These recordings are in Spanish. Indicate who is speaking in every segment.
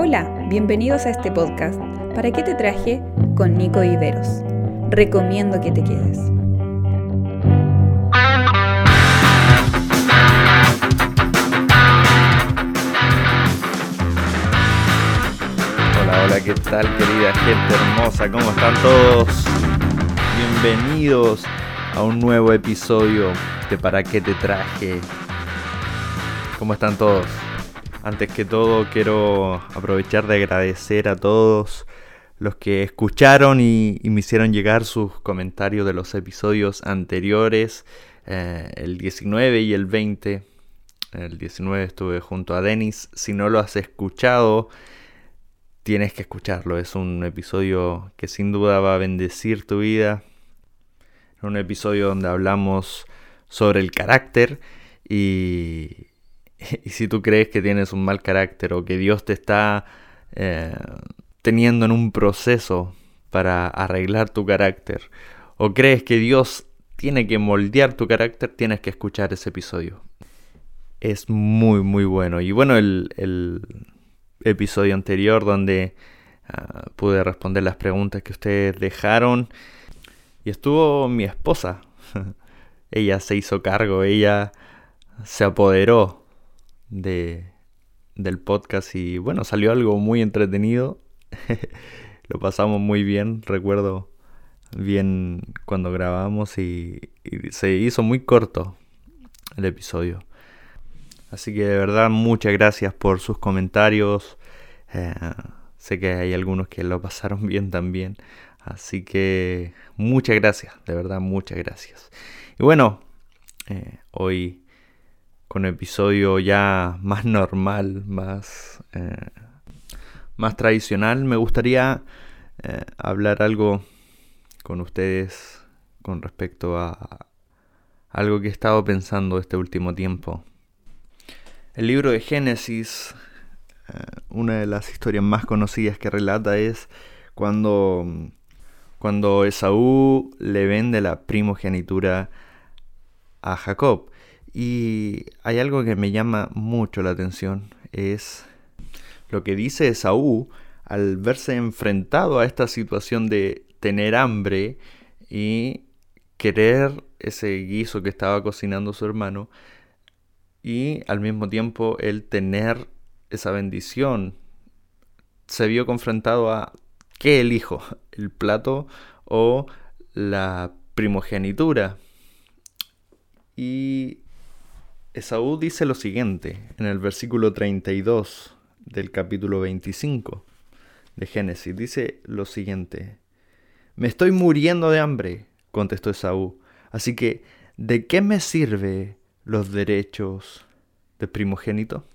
Speaker 1: Hola, bienvenidos a este podcast. ¿Para qué te traje? Con Nico Viveros. Recomiendo que te quedes.
Speaker 2: Hola, ¿qué tal, querida gente hermosa? ¿Cómo están todos? Bienvenidos a un nuevo episodio de ¿Para qué te traje? ¿Cómo están todos? Antes que todo, quiero aprovechar de agradecer a todos los que escucharon y me hicieron llegar sus comentarios de los episodios anteriores, el 19 y el 20. El 19 estuve junto a Denis. Si no lo has escuchado, tienes que escucharlo. Es un episodio que sin duda va a bendecir tu vida. Es un episodio donde hablamos sobre el carácter y si tú crees que tienes un mal carácter o que Dios te está teniendo en un proceso para arreglar tu carácter, o crees que Dios tiene que moldear tu carácter, tienes que escuchar ese episodio. Es muy muy bueno. Y bueno, el episodio anterior donde pude responder las preguntas que ustedes dejaron, y estuvo mi esposa. Ella se hizo cargo, ella se apoderó del podcast y bueno, salió algo muy entretenido. Lo pasamos muy bien, recuerdo bien cuando grabamos y se hizo muy corto el episodio. Así que de verdad muchas gracias por sus comentarios. Sé que hay algunos que lo pasaron bien también. Así que muchas gracias, de verdad muchas gracias. Y bueno, hoy con un episodio ya más normal, más tradicional, me gustaría hablar algo con ustedes con respecto a algo que he estado pensando este último tiempo. El libro de Génesis, una de las historias más conocidas que relata es cuando Esaú le vende la primogenitura a Jacob. Y hay algo que me llama mucho la atención, es lo que dice Esaú al verse enfrentado a esta situación de tener hambre y querer ese guiso que estaba cocinando su hermano, y al mismo tiempo él tener esa bendición. Se vio confrontado a ¿qué elijo? ¿El plato o la primogenitura? Y Esaú dice lo siguiente en el versículo 32 del capítulo 25 de Génesis. Dice lo siguiente: «Me estoy muriendo de hambre», contestó Esaú, «así que ¿de qué me sirve los derechos de primogénito?»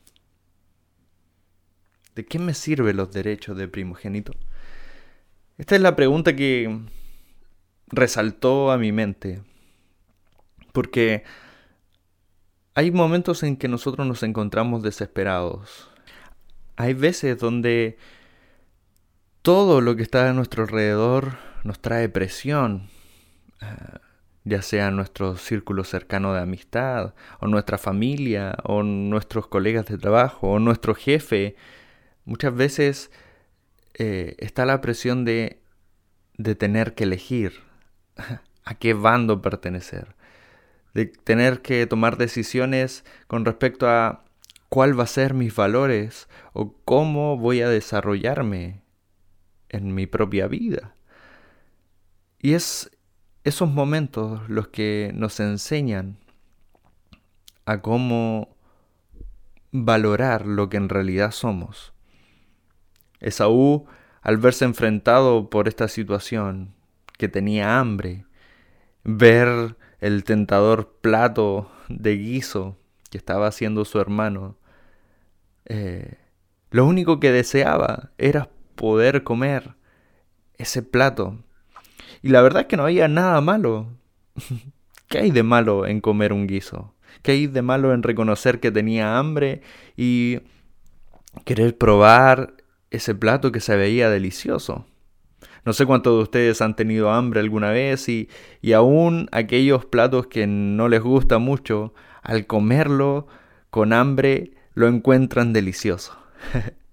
Speaker 2: ¿De qué me sirven los derechos de primogénito? Esta es la pregunta que resaltó a mi mente, porque hay momentos en que nosotros nos encontramos desesperados. Hay veces donde todo lo que está a nuestro alrededor nos trae presión, ya sea nuestro círculo cercano de amistad, o nuestra familia, o nuestros colegas de trabajo, o nuestro jefe. Muchas veces está la presión de tener que elegir a qué bando pertenecer, de tener que tomar decisiones con respecto a cuál va a ser mis valores o cómo voy a desarrollarme en mi propia vida. Y es esos momentos los que nos enseñan a cómo valorar lo que en realidad somos. Esaú, al verse enfrentado por esta situación, que tenía hambre, ver el tentador plato de guiso que estaba haciendo su hermano, lo único que deseaba era poder comer ese plato. Y la verdad es que no había nada malo. ¿Qué hay de malo en comer un guiso? ¿Qué hay de malo en reconocer que tenía hambre y querer probar ese plato que se veía delicioso? No sé cuántos de ustedes han tenido hambre alguna vez y aún aquellos platos que no les gusta mucho, al comerlo con hambre lo encuentran delicioso.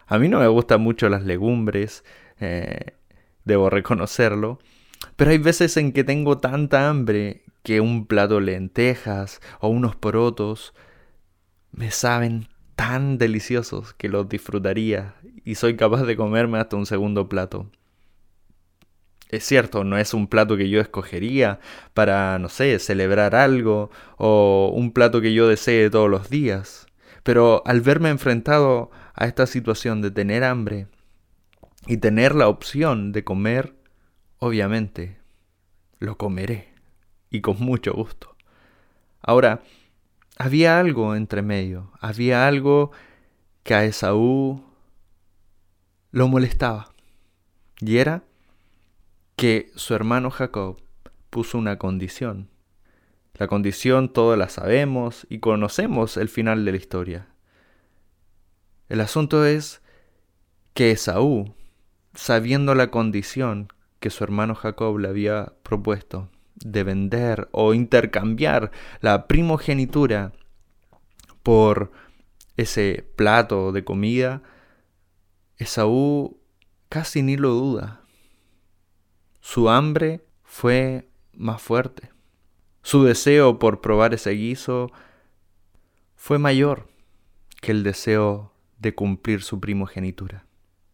Speaker 2: A mí no me gustan mucho las legumbres, debo reconocerlo, pero hay veces en que tengo tanta hambre que un plato de lentejas o unos porotos me saben tan deliciosos que los disfrutaría y soy capaz de comerme hasta un segundo plato. Es cierto, no es un plato que yo escogería para, no sé, celebrar algo o un plato que yo desee todos los días. Pero al verme enfrentado a esta situación de tener hambre y tener la opción de comer, obviamente lo comeré y con mucho gusto. Ahora, había algo entre medio, había algo que a Esaú lo molestaba y era que su hermano Jacob puso una condición. La condición todos la sabemos y conocemos el final de la historia. El asunto es que Esaú, sabiendo la condición que su hermano Jacob le había propuesto de vender o intercambiar la primogenitura por ese plato de comida, Esaú casi ni lo duda. Su hambre fue más fuerte. Su deseo por probar ese guiso fue mayor que el deseo de cumplir su primogenitura.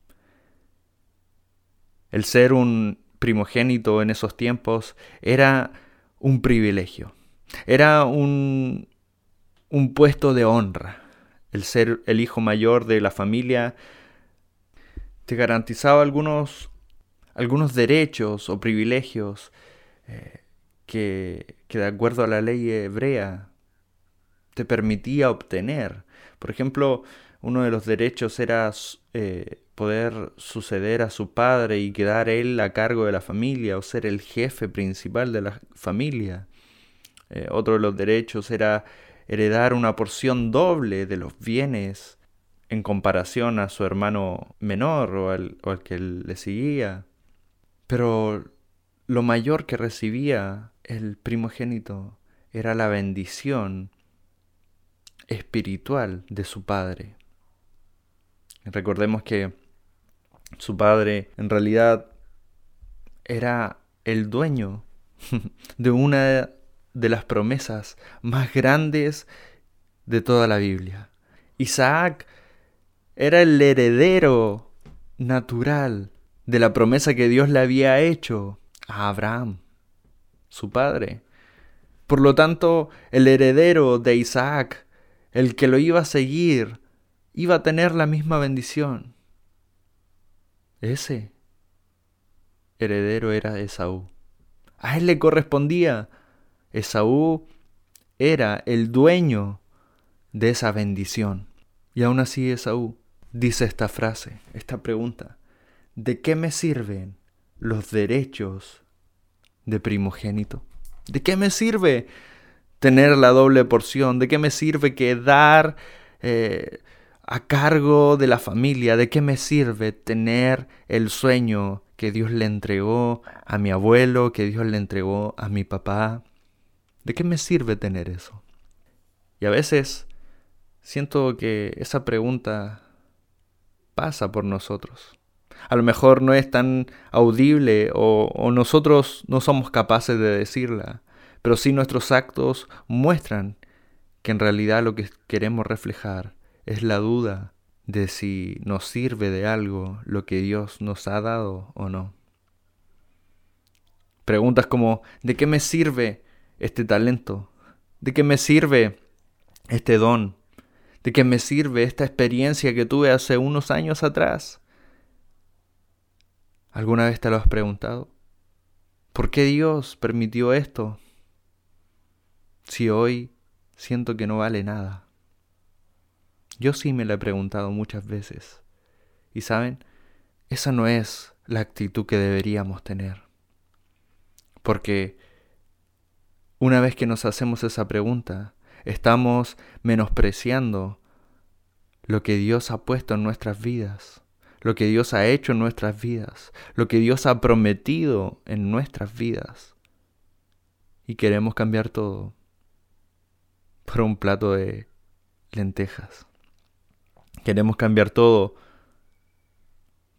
Speaker 2: El ser un primogénito en esos tiempos era un privilegio, era un puesto de honra. El ser el hijo mayor de la familia te garantizaba algunos derechos o privilegios que de acuerdo a la ley hebrea te permitía obtener. Por ejemplo, uno de los derechos era poder suceder a su padre y quedar él a cargo de la familia o ser el jefe principal de la familia. Otro de los derechos era heredar una porción doble de los bienes en comparación a su hermano menor o al que le seguía. Pero lo mayor que recibía el primogénito era la bendición espiritual de su padre. Recordemos que su padre en realidad era el dueño de una de las promesas más grandes de toda la Biblia. Isaac era el heredero natural de la promesa que Dios le había hecho a Abraham, su padre. Por lo tanto, el heredero de Isaac, el que lo iba a seguir, iba a tener la misma bendición. Ese heredero era Esaú. A él le correspondía. Esaú era el dueño de esa bendición. Y aún así Esaú dice esta frase, esta pregunta: ¿de qué me sirven los derechos de primogénito? ¿De qué me sirve tener la doble porción? ¿De qué me sirve quedar a cargo de la familia? ¿De qué me sirve tener el sueño que Dios le entregó a mi abuelo, que Dios le entregó a mi papá? ¿De qué me sirve tener eso? Y a veces siento que esa pregunta pasa por nosotros. A lo mejor no es tan audible o nosotros no somos capaces de decirla, pero sí nuestros actos muestran que en realidad lo que queremos reflejar es la duda de si nos sirve de algo lo que Dios nos ha dado o no. Preguntas como: ¿de qué me sirve este talento? ¿De qué me sirve este don? ¿De qué me sirve esta experiencia que tuve hace unos años atrás? ¿Alguna vez te lo has preguntado? ¿Por qué Dios permitió esto si hoy siento que no vale nada? Yo sí me lo he preguntado muchas veces. Y ¿saben? Esa no es la actitud que deberíamos tener. Porque una vez que nos hacemos esa pregunta, estamos menospreciando lo que Dios ha puesto en nuestras vidas, lo que Dios ha hecho en nuestras vidas, lo que Dios ha prometido en nuestras vidas. Y queremos cambiar todo por un plato de lentejas. Queremos cambiar todo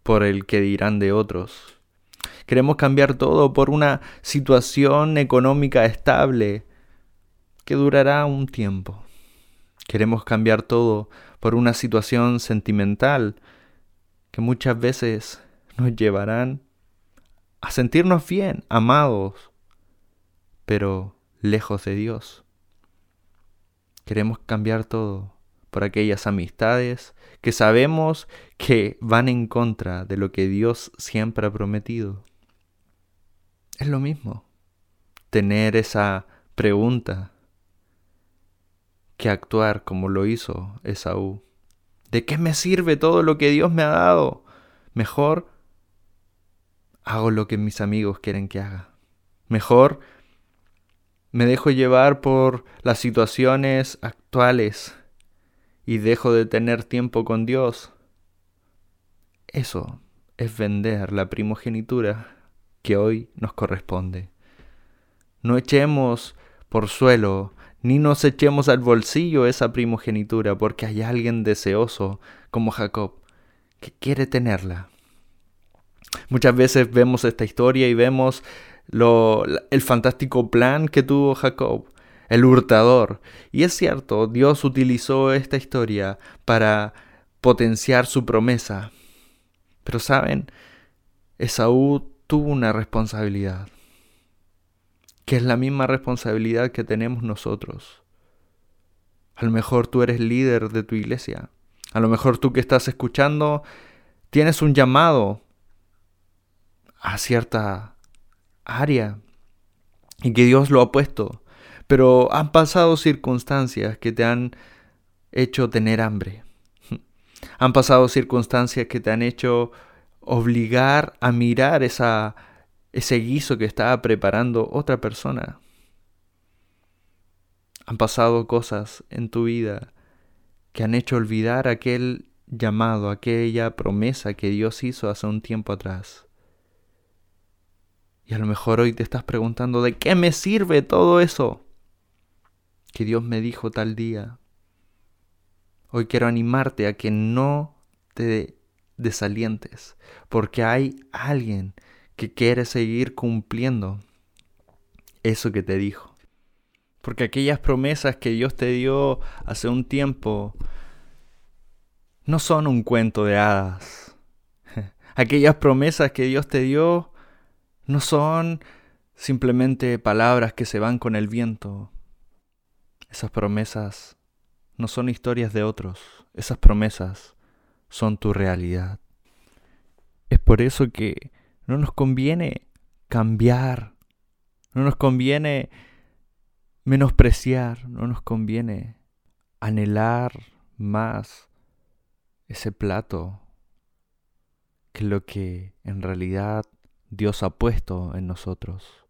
Speaker 2: por el que dirán de otros. Queremos cambiar todo por una situación económica estable que durará un tiempo. Queremos cambiar todo por una situación sentimental que muchas veces nos llevarán a sentirnos bien, amados, pero lejos de Dios. Queremos cambiar todo por aquellas amistades que sabemos que van en contra de lo que Dios siempre ha prometido. Es lo mismo tener esa pregunta que actuar como lo hizo Esaú. ¿De qué me sirve todo lo que Dios me ha dado? Mejor hago lo que mis amigos quieren que haga. Mejor me dejo llevar por las situaciones actuales y dejo de tener tiempo con Dios. Eso es vender la primogenitura que hoy nos corresponde. No echemos por suelo, ni nos echemos al bolsillo esa primogenitura, porque hay alguien deseoso como Jacob que quiere tenerla. Muchas veces vemos esta historia y vemos el fantástico plan que tuvo Jacob, el hurtador. Y es cierto, Dios utilizó esta historia para potenciar su promesa. Pero saben, Esaú tuvo una responsabilidad, que es la misma responsabilidad que tenemos nosotros. A lo mejor tú eres líder de tu iglesia. A lo mejor tú que estás escuchando tienes un llamado a cierta área y que Dios lo ha puesto, pero han pasado circunstancias que te han hecho tener hambre. Han pasado circunstancias que te han hecho obligar a mirar ese guiso que estaba preparando otra persona. Han pasado cosas en tu vida que han hecho olvidar aquel llamado, aquella promesa que Dios hizo hace un tiempo atrás. Y a lo mejor hoy te estás preguntando, ¿de qué me sirve todo eso que Dios me dijo tal día? Hoy quiero animarte a que no te desalientes, porque hay alguien que quiere seguir cumpliendo eso que te dijo. Porque aquellas promesas que Dios te dio hace un tiempo no son un cuento de hadas. Aquellas promesas que Dios te dio no son simplemente palabras que se van con el viento. Esas promesas no son historias de otros. Esas promesas son tu realidad. Es por eso que no nos conviene cambiar. No nos conviene menospreciar. No nos conviene anhelar más ese plato que lo que en realidad Dios ha puesto en nosotros.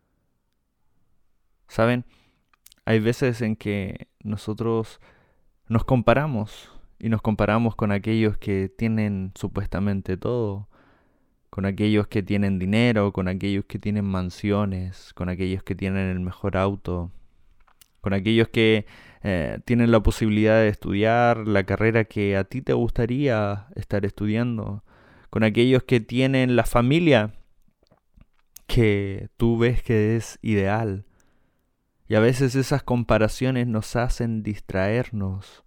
Speaker 2: ¿Saben? Hay veces en que nosotros nos comparamos y nos comparamos con aquellos que tienen supuestamente todo, con aquellos que tienen dinero, con aquellos que tienen mansiones, con aquellos que tienen el mejor auto, con aquellos que tienen la posibilidad de estudiar la carrera que a ti te gustaría estar estudiando, con aquellos que tienen la familia que tú ves que es ideal. Y a veces esas comparaciones nos hacen distraernos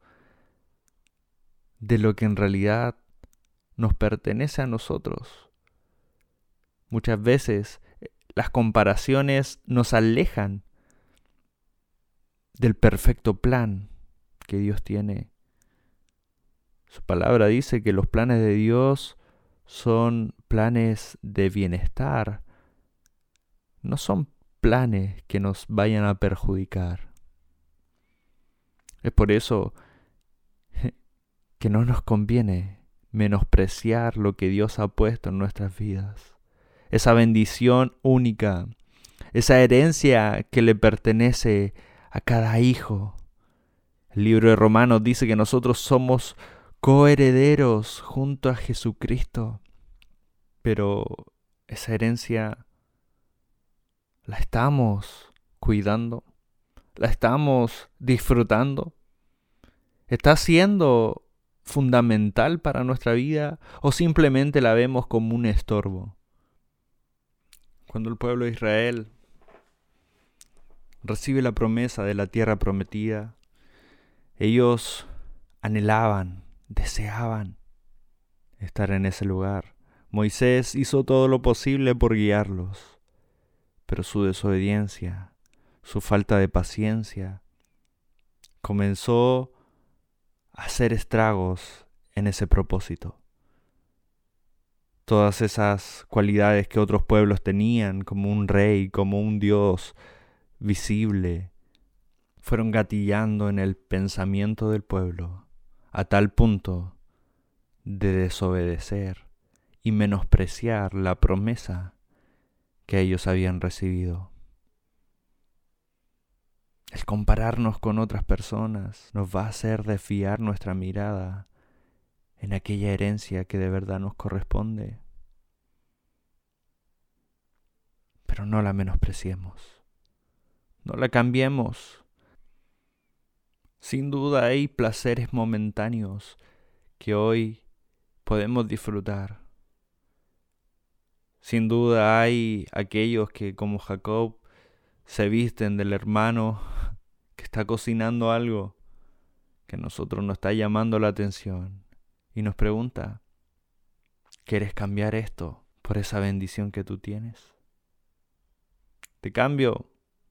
Speaker 2: de lo que en realidad nos pertenece a nosotros. Muchas veces las comparaciones nos alejan del perfecto plan que Dios tiene. Su palabra dice que los planes de Dios son planes de bienestar, no son planes que nos vayan a perjudicar. Es por eso que no nos conviene menospreciar lo que Dios ha puesto en nuestras vidas. Esa bendición única, esa herencia que le pertenece a cada hijo. El libro de Romanos dice que nosotros somos coherederos junto a Jesucristo. Pero esa herencia la estamos cuidando, la estamos disfrutando, está siendo fundamental para nuestra vida o simplemente la vemos como un estorbo? Cuando el pueblo de Israel recibe la promesa de la tierra prometida, ellos anhelaban, deseaban estar en ese lugar. Moisés hizo todo lo posible por guiarlos, pero su desobediencia, su falta de paciencia, comenzó a hacer estragos en ese propósito. Todas esas cualidades que otros pueblos tenían, como un rey, como un Dios visible, fueron gatillando en el pensamiento del pueblo, a tal punto de desobedecer y menospreciar la promesa que ellos habían recibido. El compararnos con otras personas nos va a hacer desviar nuestra mirada en aquella herencia que de verdad nos corresponde. Pero no la menospreciemos, no la cambiemos. Sin duda hay placeres momentáneos que hoy podemos disfrutar. Sin duda hay aquellos que, como Jacob, se visten del hermano que está cocinando algo que a nosotros nos está llamando la atención y nos pregunta: ¿quieres cambiar esto por esa bendición que tú tienes? Te cambio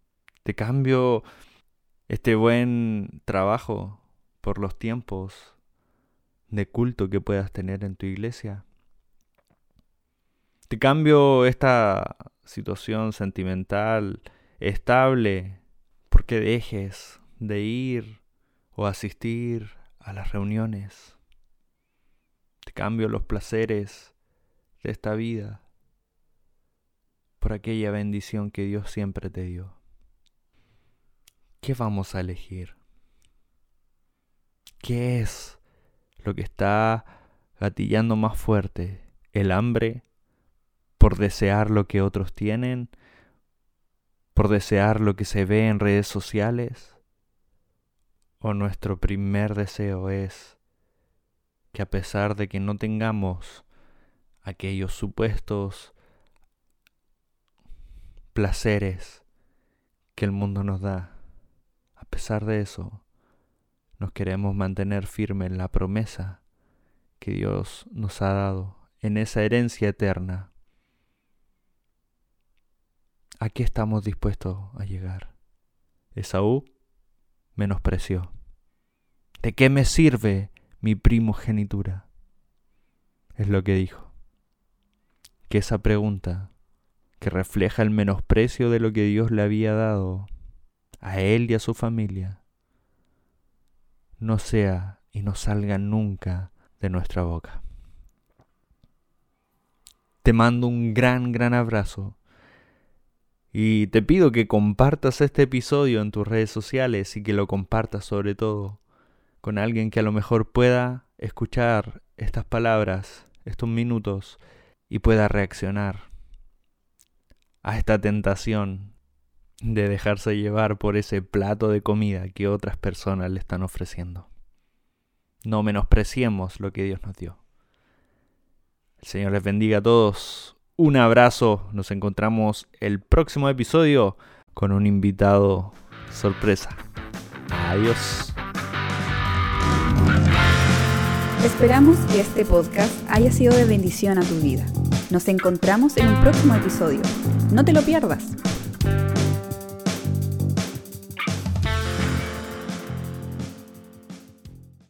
Speaker 2: este buen trabajo por los tiempos de culto que puedas tener en tu iglesia. Te cambio esta situación sentimental estable porque dejes de ir o asistir a las reuniones. Te cambio los placeres de esta vida por aquella bendición que Dios siempre te dio. ¿Qué vamos a elegir? ¿Qué es lo que está gatillando más fuerte? ¿El hambre por desear lo que otros tienen? ¿Por desear lo que se ve en redes sociales? ¿O nuestro primer deseo es que, a pesar de que no tengamos aquellos supuestos placeres que el mundo nos da, a pesar de eso, nos queremos mantener firmes en la promesa que Dios nos ha dado, en esa herencia eterna? ¿A qué estamos dispuestos a llegar? Esaú menospreció. ¿De qué me sirve mi primogenitura? Es lo que dijo. Que esa pregunta, que refleja el menosprecio de lo que Dios le había dado a él y a su familia, no sea y no salga nunca de nuestra boca. Te mando un gran abrazo. Y te pido que compartas este episodio en tus redes sociales y que lo compartas sobre todo con alguien que a lo mejor pueda escuchar estas palabras, estos minutos, y pueda reaccionar a esta tentación de dejarse llevar por ese plato de comida que otras personas le están ofreciendo. No menospreciemos lo que Dios nos dio. El Señor les bendiga a todos. Un abrazo, nos encontramos el próximo episodio con un invitado sorpresa. Adiós.
Speaker 1: Esperamos que este podcast haya sido de bendición a tu vida. Nos encontramos en un próximo episodio. No te lo pierdas.